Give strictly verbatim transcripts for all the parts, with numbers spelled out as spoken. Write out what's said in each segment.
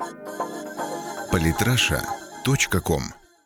политраша точка ком.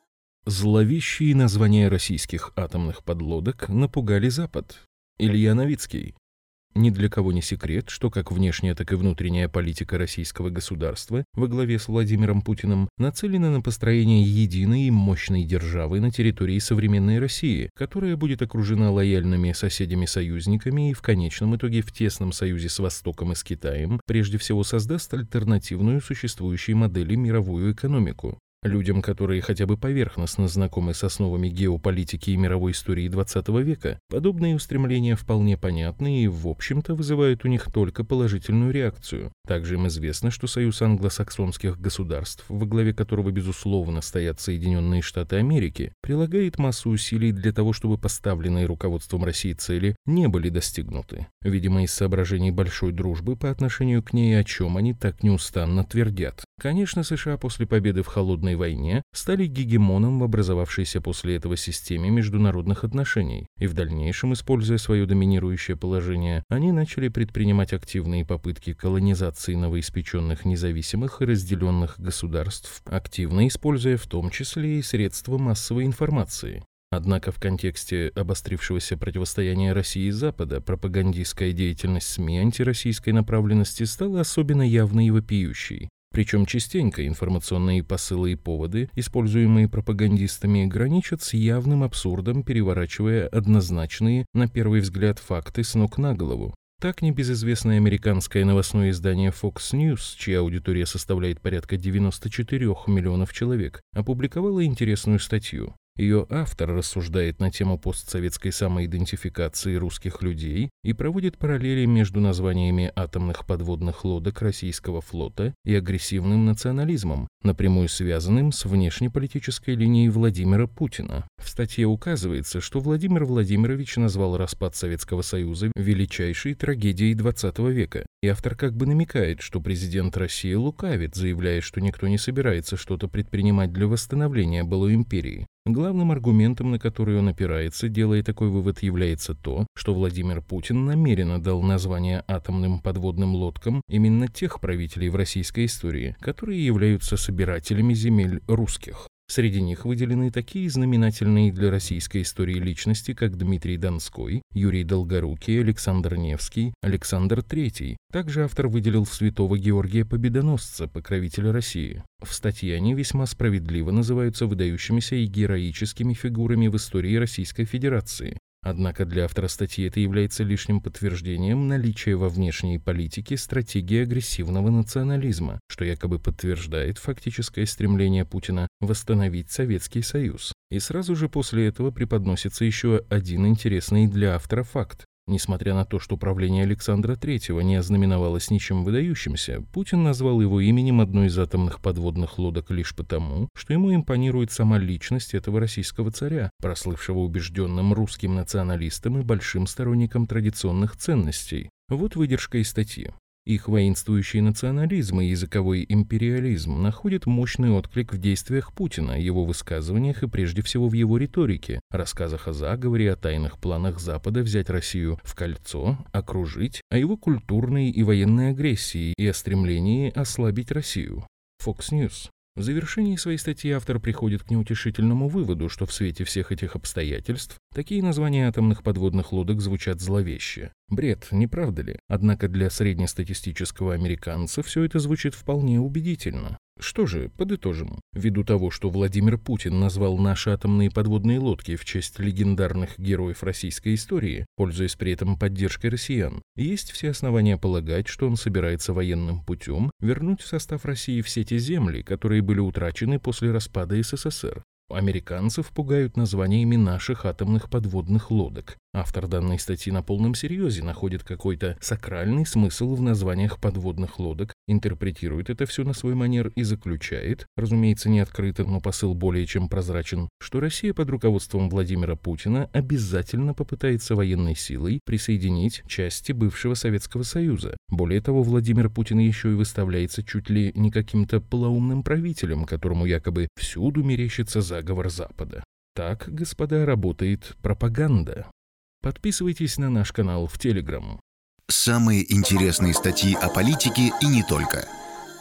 Зловещие названия российских атомных подлодок напугали Запад. Илья Новицкий. Ни для кого не секрет, что как внешняя, так и внутренняя политика российского государства во главе с Владимиром Путиным нацелена на построение единой и мощной державы на территории современной России, которая будет окружена лояльными соседями-союзниками и в конечном итоге в тесном союзе с Востоком и с Китаем прежде всего создаст альтернативную существующей модели мировую экономику. Людям, которые хотя бы поверхностно знакомы с основами геополитики и мировой истории двадцатого века, подобные устремления вполне понятны и, в общем-то, вызывают у них только положительную реакцию. Также им известно, что союз англосаксонских государств, во главе которого, безусловно, стоят Соединенные Штаты Америки, прилагает массу усилий для того, чтобы поставленные руководством России цели не были достигнуты. Видимо, из соображений большой дружбы по отношению к ней, о чем они так неустанно твердят. Конечно, США после победы в холодной войне стали гегемоном в образовавшейся после этого системе международных отношений, и в дальнейшем, используя свое доминирующее положение, они начали предпринимать активные попытки колонизации новоиспеченных независимых и разделенных государств, активно используя в том числе и средства массовой информации. Однако в контексте обострившегося противостояния России и Запада пропагандистская деятельность СМИ антироссийской направленности стала особенно явной и вопиющей. Причем частенько информационные посылы и поводы, используемые пропагандистами, граничат с явным абсурдом, переворачивая однозначные, на первый взгляд, факты с ног на голову. Так, небезызвестное американское новостное издание Fox News, чья аудитория составляет порядка девяносто четыре миллионов человек, опубликовало интересную статью. Ее автор рассуждает на тему постсоветской самоидентификации русских людей и проводит параллели между названиями атомных подводных лодок российского флота и агрессивным национализмом, напрямую связанным с внешнеполитической линией Владимира Путина. В статье указывается, что Владимир Владимирович назвал распад Советского Союза величайшей трагедией двадцатого века, и автор как бы намекает, что президент России лукавит, заявляя, что никто не собирается что-то предпринимать для восстановления былой империи. Главным аргументом, на который он опирается, делая такой вывод, является то, что Владимир Путин намеренно дал название атомным подводным лодкам именно тех правителей в российской истории, которые являются собирателями земель русских. Среди них выделены такие знаменательные для российской истории личности, как Дмитрий Донской, Юрий Долгорукий, Александр Невский, Александр Третий. Также автор выделил святого Георгия Победоносца, покровителя России. В статье они весьма справедливо называются выдающимися и героическими фигурами в истории Российской Федерации. Однако для автора статьи это является лишним подтверждением наличия во внешней политике стратегии агрессивного национализма, что якобы подтверждает фактическое стремление Путина восстановить Советский Союз. И сразу же после этого преподносится еще один интересный для автора факт. Несмотря на то, что правление Александра Третьего не ознаменовалось ничем выдающимся, Путин назвал его именем одной из атомных подводных лодок лишь потому, что ему импонирует сама личность этого российского царя, прослывшего убежденным русским националистом и большим сторонником традиционных ценностей. Вот выдержка из статьи. Их воинствующий национализм и языковой империализм находят мощный отклик в действиях Путина, его высказываниях и прежде всего в его риторике, рассказах о заговоре, о тайных планах Запада взять Россию в кольцо, окружить, о его культурной и военной агрессии и о стремлении ослабить Россию. Fox News. В завершении своей статьи автор приходит к неутешительному выводу, что в свете всех этих обстоятельств такие названия атомных подводных лодок звучат зловеще. Бред, не правда ли? Однако для среднестатистического американца все это звучит вполне убедительно. Что же, подытожим. Ввиду того, что Владимир Путин назвал наши атомные подводные лодки в честь легендарных героев российской истории, пользуясь при этом поддержкой россиян, есть все основания полагать, что он собирается военным путем вернуть в состав России все те земли, которые были утрачены после распада СССР. Американцев пугают названиями наших атомных подводных лодок. Автор данной статьи на полном серьезе находит какой-то сакральный смысл в названиях подводных лодок, интерпретирует это все на свой манер и заключает, разумеется, не открыто, но посыл более чем прозрачен, что Россия под руководством Владимира Путина обязательно попытается военной силой присоединить части бывшего Советского Союза. Более того, Владимир Путин еще и выставляется чуть ли не каким-то полоумным правителем, которому якобы всюду мерещится заговор Запада. Так, господа, работает пропаганда. Подписывайтесь на наш канал в Telegram. Самые интересные статьи о политике и не только.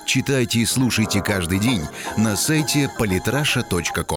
Читайте и слушайте каждый день на сайте политраша точка ком.